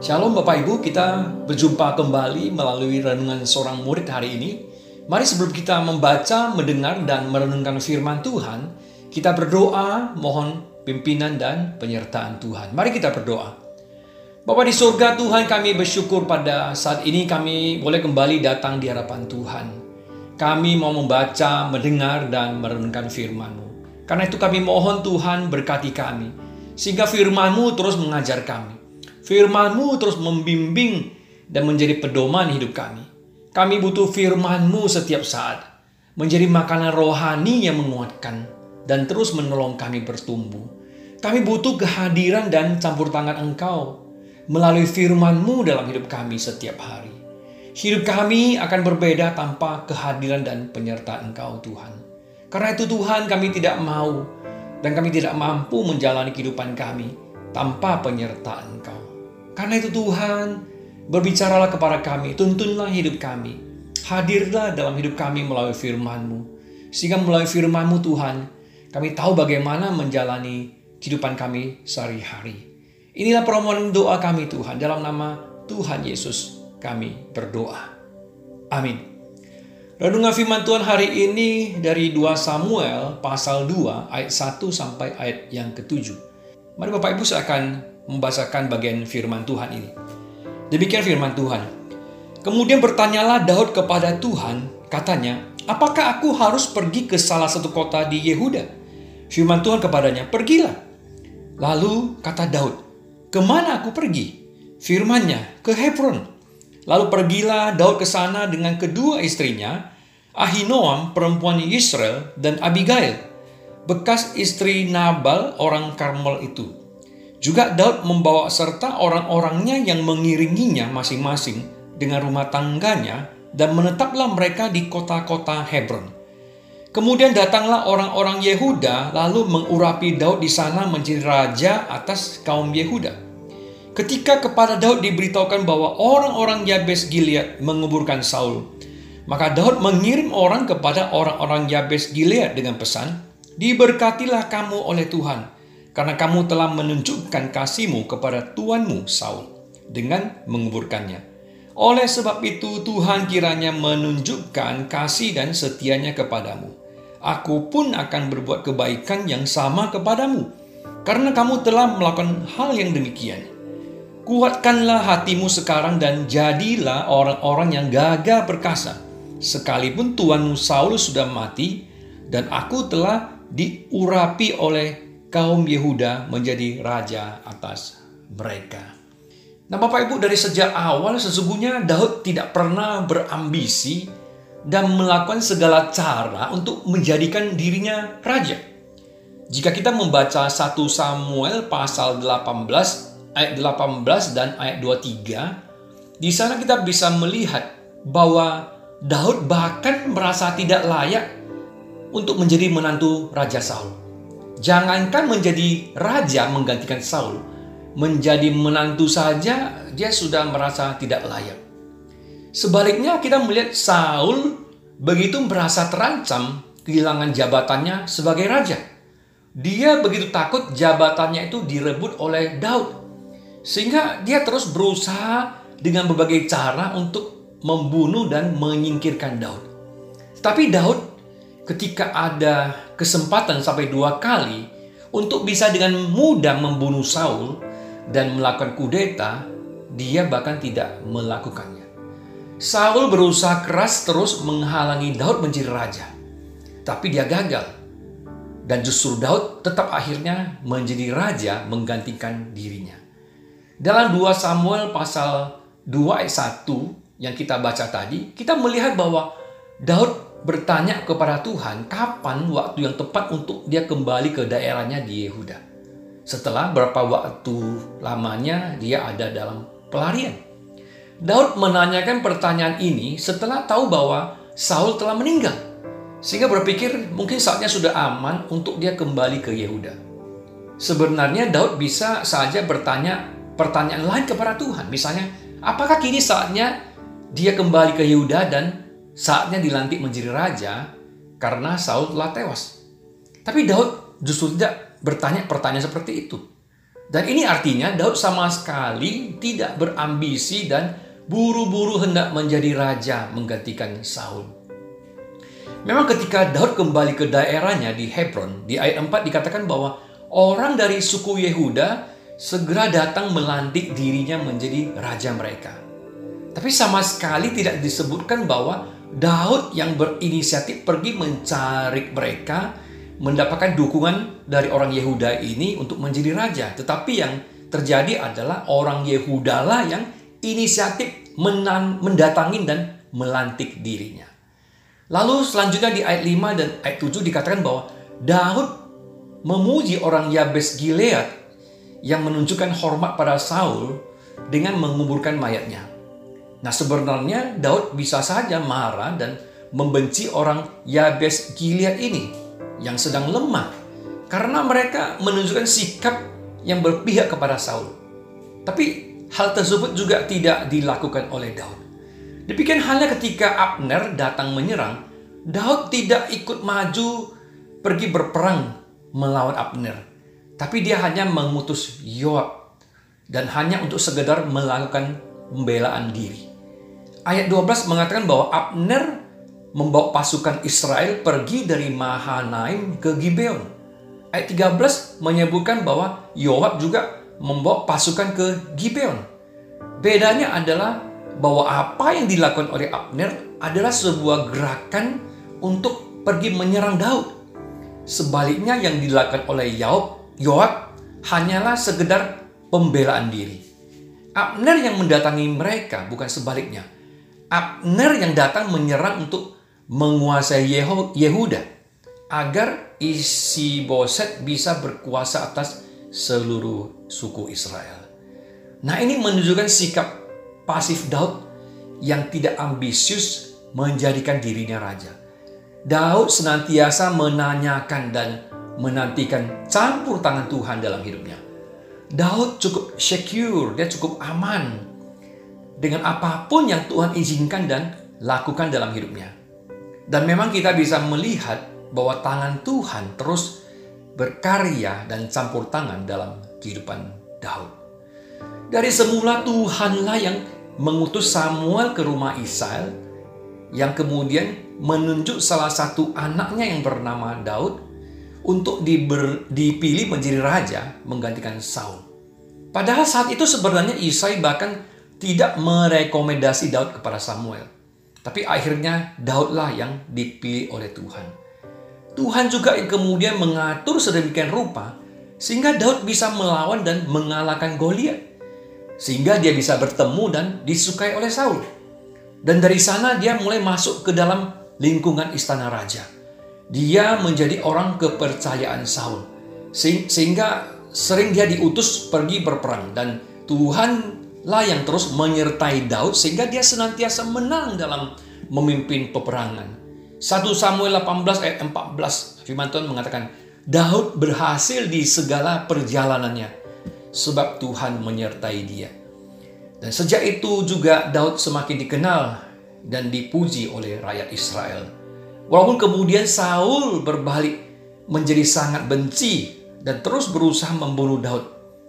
Shalom Bapak Ibu, kita berjumpa kembali melalui renungan seorang murid hari ini. Mari sebelum kita membaca, mendengar, dan merenungkan firman Tuhan, kita berdoa mohon pimpinan dan penyertaan Tuhan. Mari kita berdoa. Bapa di surga, Tuhan, kami bersyukur pada saat ini kami boleh kembali datang di hadapan Tuhan. Kami mau membaca, mendengar, dan merenungkan firman-Mu. Karena itu kami mohon Tuhan berkati kami, sehingga firman-Mu terus mengajar kami. Firman-Mu terus membimbing dan menjadi pedoman hidup kami. Kami butuh firman-Mu setiap saat, menjadi makanan rohani yang menguatkan dan terus menolong kami bertumbuh. Kami butuh kehadiran dan campur tangan Engkau melalui firman-Mu dalam hidup kami setiap hari. Hidup kami akan berbeda tanpa kehadiran dan penyertaan Engkau, Tuhan. Karena itu Tuhan, kami tidak mau dan kami tidak mampu menjalani kehidupan kami tanpa penyertaan Engkau. Karena itu Tuhan, berbicaralah kepada kami, tuntunlah hidup kami. Hadirlah dalam hidup kami melalui firman-Mu. Sehingga melalui firman-Mu Tuhan, kami tahu bagaimana menjalani kehidupan kami sehari-hari. Inilah permohonan doa kami Tuhan, dalam nama Tuhan Yesus kami berdoa. Amin. Renungan firman Tuhan hari ini dari 2 Samuel pasal 2 ayat 1 sampai ayat yang ke-7. Mari Bapak Ibu saya akan membacakan bagian firman Tuhan ini. Demikian firman Tuhan. Kemudian bertanyalah Daud kepada Tuhan, katanya, apakah aku harus pergi ke salah satu kota di Yehuda? Firman Tuhan kepadanya, pergilah. Lalu kata Daud, kemana aku pergi? Firman-Nya, ke Hebron. Lalu pergilah Daud ke sana dengan kedua istrinya, Ahinoam perempuan Yisrael dan Abigail, bekas istri Nabal orang Karmel itu. Juga Daud membawa serta orang-orangnya yang mengiringinya masing-masing dengan rumah tangganya dan menetaplah mereka di kota-kota Hebron. Kemudian datanglah orang-orang Yehuda lalu mengurapi Daud di sana menjadi raja atas kaum Yehuda. Ketika kepada Daud diberitahukan bahwa orang-orang Yabes Gilead menguburkan Saul, maka Daud mengirim orang kepada orang-orang Yabes Gilead dengan pesan, diberkatilah kamu oleh Tuhan, karena kamu telah menunjukkan kasih-Mu kepada tuanmu Saul dengan menguburkannya. Oleh sebab itu Tuhan kiranya menunjukkan kasih dan setianya kepadamu. Aku pun akan berbuat kebaikan yang sama kepadamu, karena kamu telah melakukan hal yang demikian. Kuatkanlah hatimu sekarang dan jadilah orang-orang yang gagah perkasa, sekalipun tuanmu Saul sudah mati dan aku telah diurapi oleh kaum Yehuda menjadi raja atas mereka. Nah Bapak Ibu, dari sejak awal sesungguhnya Daud tidak pernah berambisi dan melakukan segala cara untuk menjadikan dirinya raja. Jika kita membaca 1 Samuel pasal 18 ayat 18 dan ayat 23, di sana kita bisa melihat bahwa Daud bahkan merasa tidak layak untuk menjadi menantu Raja Saul. Jangankan menjadi raja menggantikan Saul, menjadi menantu saja dia sudah merasa tidak layak. Sebaliknya kita melihat Saul begitu merasa terancam kehilangan jabatannya sebagai raja. Dia begitu takut jabatannya itu direbut oleh Daud. Sehingga dia terus berusaha dengan berbagai cara untuk membunuh dan menyingkirkan Daud. Tapi Daud ketika ada kesempatan sampai 2 kali untuk bisa dengan mudah membunuh Saul dan melakukan kudeta, dia bahkan tidak melakukannya. Saul berusaha keras terus menghalangi Daud menjadi raja, tapi dia gagal. Dan justru Daud tetap akhirnya menjadi raja menggantikan dirinya. Dalam 2 Samuel pasal 2 ayat 1 yang kita baca tadi, kita melihat bahwa Daud bertanya kepada Tuhan kapan waktu yang tepat untuk dia kembali ke daerahnya di Yehuda. Setelah berapa waktu lamanya dia ada dalam pelarian. Daud menanyakan pertanyaan ini setelah tahu bahwa Saul telah meninggal. Sehingga berpikir mungkin saatnya sudah aman untuk dia kembali ke Yehuda. Sebenarnya Daud bisa saja bertanya pertanyaan lain kepada Tuhan. Misalnya, apakah kini saatnya dia kembali ke Yehuda dan saatnya dilantik menjadi raja karena Saul telah tewas. Tapi Daud justru tidak bertanya pertanyaan seperti itu. Dan ini artinya Daud sama sekali tidak berambisi dan buru-buru hendak menjadi raja menggantikan Saul. Memang ketika Daud kembali ke daerahnya di Hebron, di ayat 4 dikatakan bahwa orang dari suku Yehuda segera datang melantik dirinya menjadi raja mereka. Tapi sama sekali tidak disebutkan bahwa Daud yang berinisiatif pergi mencari mereka, mendapatkan dukungan dari orang Yehuda ini untuk menjadi raja. Tetapi yang terjadi adalah orang Yehuda lah yang inisiatif mendatangi dan melantik dirinya. Lalu selanjutnya di ayat 5 dan ayat 7 dikatakan bahwa Daud memuji orang Yabes Gilead yang menunjukkan hormat pada Saul dengan menguburkan mayatnya. Nah, sebenarnya Daud bisa saja marah dan membenci orang Yabes Gilead ini yang sedang lemah karena mereka menunjukkan sikap yang berpihak kepada Saul. Tapi hal tersebut juga tidak dilakukan oleh Daud. Demikian halnya ketika Abner datang menyerang, Daud tidak ikut maju pergi berperang melawan Abner. Tapi dia hanya mengutus Yoab dan hanya untuk sekedar melakukan pembelaan diri. Ayat 12 mengatakan bahwa Abner membawa pasukan Israel pergi dari Mahanaim ke Gibeon. Ayat 13 menyebutkan bahwa Yoab juga membawa pasukan ke Gibeon. Bedanya adalah bahwa apa yang dilakukan oleh Abner adalah sebuah gerakan untuk pergi menyerang Daud. Sebaliknya yang dilakukan oleh Yoab hanyalah sekedar pembelaan diri. Abner yang mendatangi mereka, bukan sebaliknya. Abner yang datang menyerang untuk menguasai Yehuda agar Isi-Boset bisa berkuasa atas seluruh suku Israel. Nah, ini menunjukkan sikap pasif Daud yang tidak ambisius menjadikan dirinya raja. Daud senantiasa menanyakan dan menantikan campur tangan Tuhan dalam hidupnya. Daud cukup secure, dia cukup aman dengan apapun yang Tuhan izinkan dan lakukan dalam hidupnya. Dan memang kita bisa melihat bahwa tangan Tuhan terus berkarya dan campur tangan dalam kehidupan Daud. Dari semula Tuhanlah yang mengutus Samuel ke rumah Isaia, yang kemudian menunjuk salah satu anaknya yang bernama Daud untuk dipilih menjadi raja menggantikan Saul. Padahal saat itu sebenarnya Isaia bahkan tidak merekomendasi Daud kepada Samuel. Tapi akhirnya Daudlah yang dipilih oleh Tuhan. Tuhan juga yang kemudian mengatur sedemikian rupa sehingga Daud bisa melawan dan mengalahkan Goliat. Sehingga dia bisa bertemu dan disukai oleh Saul. Dan dari sana dia mulai masuk ke dalam lingkungan istana raja. Dia menjadi orang kepercayaan Saul. Sehingga sering dia diutus pergi berperang. Dan Tuhanlah yang terus menyertai Daud sehingga dia senantiasa menang dalam memimpin peperangan. 1 Samuel 18 ayat 14 firman Tuhan mengatakan, Daud berhasil di segala perjalanannya sebab Tuhan menyertai dia. Dan sejak itu juga Daud semakin dikenal dan dipuji oleh rakyat Israel. Walaupun kemudian Saul berbalik menjadi sangat benci dan terus berusaha membunuh Daud.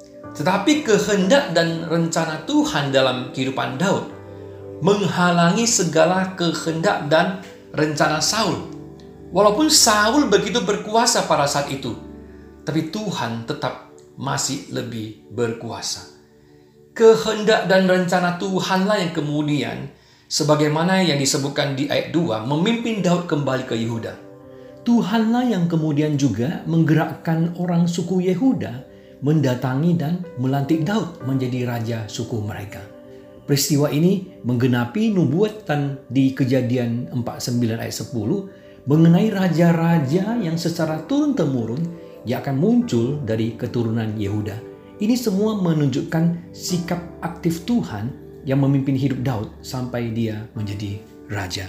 Tetapi kehendak dan rencana Tuhan dalam kehidupan Daud menghalangi segala kehendak dan rencana Saul. Walaupun Saul begitu berkuasa pada saat itu, tapi Tuhan tetap masih lebih berkuasa. Kehendak dan rencana Tuhanlah yang kemudian, sebagaimana yang disebutkan di ayat 2, memimpin Daud kembali ke Yehuda. Tuhanlah yang kemudian juga menggerakkan orang suku Yehuda mendatangi dan melantik Daud menjadi raja suku mereka. Peristiwa ini menggenapi nubuatan di Kejadian 49 ayat 10 mengenai raja-raja yang secara turun-temurun yang akan muncul dari keturunan Yehuda. Ini semua menunjukkan sikap aktif Tuhan yang memimpin hidup Daud sampai dia menjadi raja.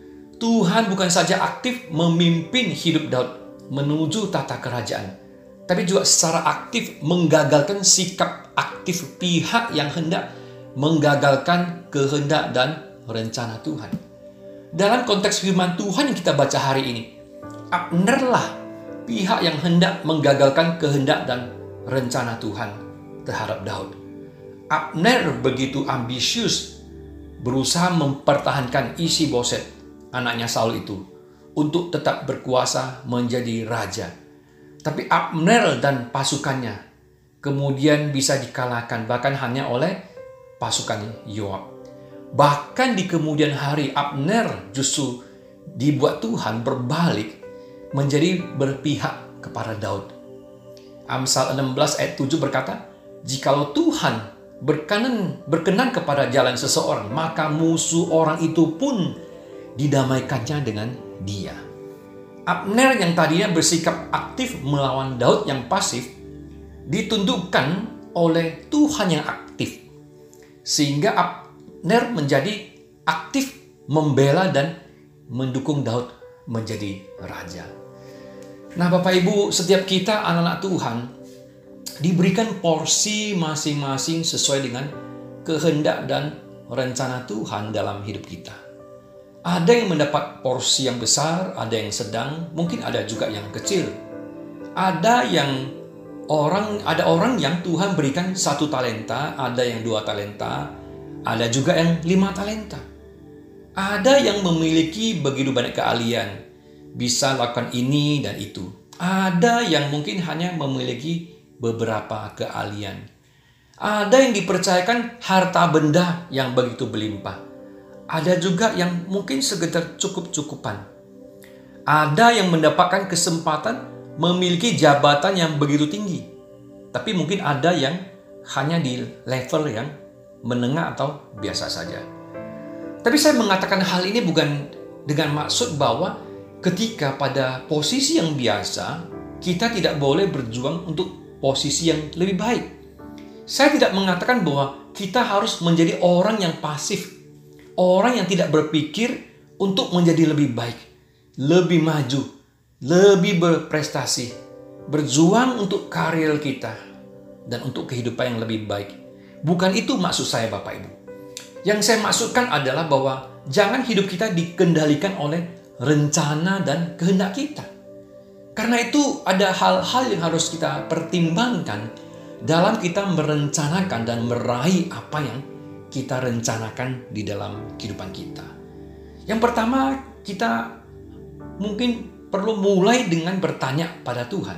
Tuhan bukan saja aktif memimpin hidup Daud menuju tata kerajaan, tapi juga secara aktif menggagalkan sikap aktif pihak yang hendak menggagalkan kehendak dan rencana Tuhan. Dalam konteks firman Tuhan yang kita baca hari ini, Abnerlah pihak yang hendak menggagalkan kehendak dan rencana Tuhan. terhadap Daud. Abner begitu ambisius berusaha mempertahankan Isi-Boset, anaknya Saul itu, untuk tetap berkuasa menjadi raja. Tapi Abner dan pasukannya kemudian bisa dikalahkan bahkan hanya oleh pasukan Yoab. Bahkan di kemudian hari Abner justru dibuat Tuhan berbalik menjadi berpihak kepada Daud. Amsal 16 ayat 7 berkata, "Jikalau Tuhan berkenan kepada jalan seseorang, maka musuh orang itu pun didamaikannya dengan dia." Abner yang tadinya bersikap aktif melawan Daud yang pasif, ditundukkan oleh Tuhan yang aktif. Sehingga Abner menjadi aktif membela dan mendukung Daud menjadi raja. Nah, Bapak Ibu, setiap kita anak-anak Tuhan diberikan porsi masing-masing sesuai dengan kehendak dan rencana Tuhan dalam hidup kita. Ada yang mendapat porsi yang besar, ada yang sedang, mungkin ada juga yang kecil. Ada orang yang Tuhan berikan 1 talenta, ada yang 2 talenta, ada juga yang 5 talenta. Ada yang memiliki begitu banyak keahlian, bisa lakukan ini dan itu. Ada yang mungkin hanya memiliki beberapa keahlian. Ada yang dipercayakan harta benda yang begitu berlimpah. Ada juga yang mungkin sekedar cukup-cukupan. Ada yang mendapatkan kesempatan memiliki jabatan yang begitu tinggi. Tapi mungkin ada yang hanya di level yang menengah atau biasa saja. Tapi saya mengatakan hal ini bukan dengan maksud bahwa ketika pada posisi yang biasa, kita tidak boleh berjuang untuk posisi yang lebih baik. Saya tidak mengatakan bahwa kita harus menjadi orang yang pasif, orang yang tidak berpikir untuk menjadi lebih baik, lebih maju, lebih berprestasi, berjuang untuk karir kita, dan untuk kehidupan yang lebih baik. Bukan itu maksud saya, Bapak Ibu. Yang saya maksudkan adalah bahwa jangan hidup kita dikendalikan oleh rencana dan kehendak kita. Karena itu ada hal-hal yang harus kita pertimbangkan dalam kita merencanakan dan meraih apa yang kita rencanakan di dalam kehidupan kita. Yang pertama, kita mungkin perlu mulai dengan bertanya pada Tuhan.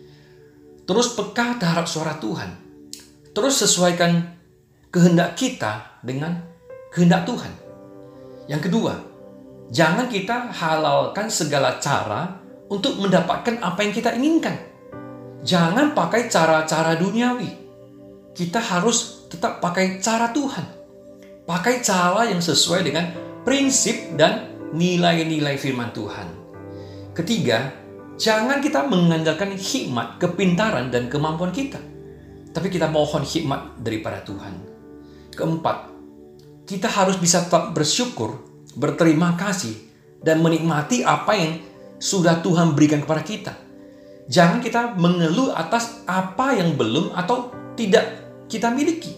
Terus peka terhadap suara Tuhan. Terus sesuaikan kehendak kita dengan kehendak Tuhan. Yang kedua, jangan kita halalkan segala cara untuk mendapatkan apa yang kita inginkan. Jangan pakai cara-cara duniawi. Kita harus tetap pakai cara Tuhan. Pakai cara yang sesuai dengan prinsip dan nilai-nilai firman Tuhan. Ketiga, jangan kita mengandalkan hikmat, kepintaran, dan kemampuan kita. Tapi kita mohon hikmat daripada Tuhan. Keempat, kita harus bisa tetap bersyukur, berterima kasih, dan menikmati apa yang sudah Tuhan berikan kepada kita. Jangan kita mengeluh atas apa yang belum atau tidak kita miliki.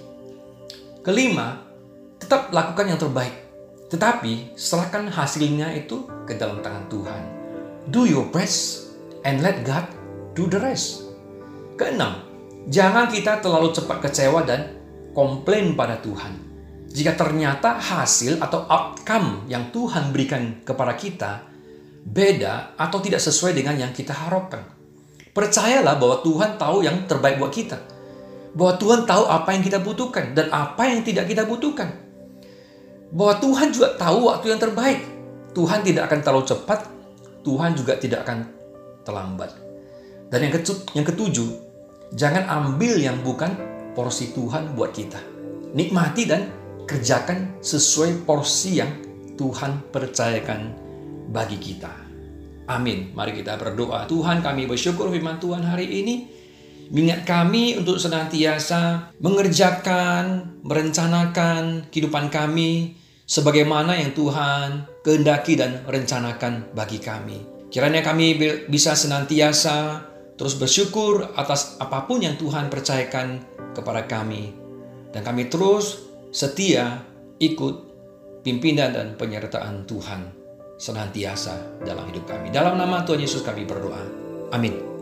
Kelima, tetap lakukan yang terbaik. Tetapi serahkan hasilnya itu ke dalam tangan Tuhan. Do your best and let God do the rest. Keenam, jangan kita terlalu cepat kecewa dan komplain pada Tuhan. Jika ternyata hasil atau outcome yang Tuhan berikan kepada kita beda atau tidak sesuai dengan yang kita harapkan. Percayalah bahwa Tuhan tahu yang terbaik buat kita. Bahwa Tuhan tahu apa yang kita butuhkan dan apa yang tidak kita butuhkan. Bahwa Tuhan juga tahu waktu yang terbaik. Tuhan tidak akan terlalu cepat, Tuhan juga tidak akan terlambat. Dan yang ketujuh, jangan ambil yang bukan porsi Tuhan buat kita. Nikmati dan kerjakan sesuai porsi yang Tuhan percayakan bagi kita. Amin. Mari kita berdoa. Tuhan, kami bersyukur firman Tuhan hari ini mengingat kami untuk senantiasa mengerjakan, merencanakan kehidupan kami sebagaimana yang Tuhan kehendaki dan rencanakan bagi kami. Kiranya kami bisa senantiasa terus bersyukur atas apapun yang Tuhan percayakan kepada kami. Dan kami terus setia ikut pimpinan dan penyertaan Tuhan senantiasa dalam hidup kami. Dalam nama Tuhan Yesus kami berdoa. Amin.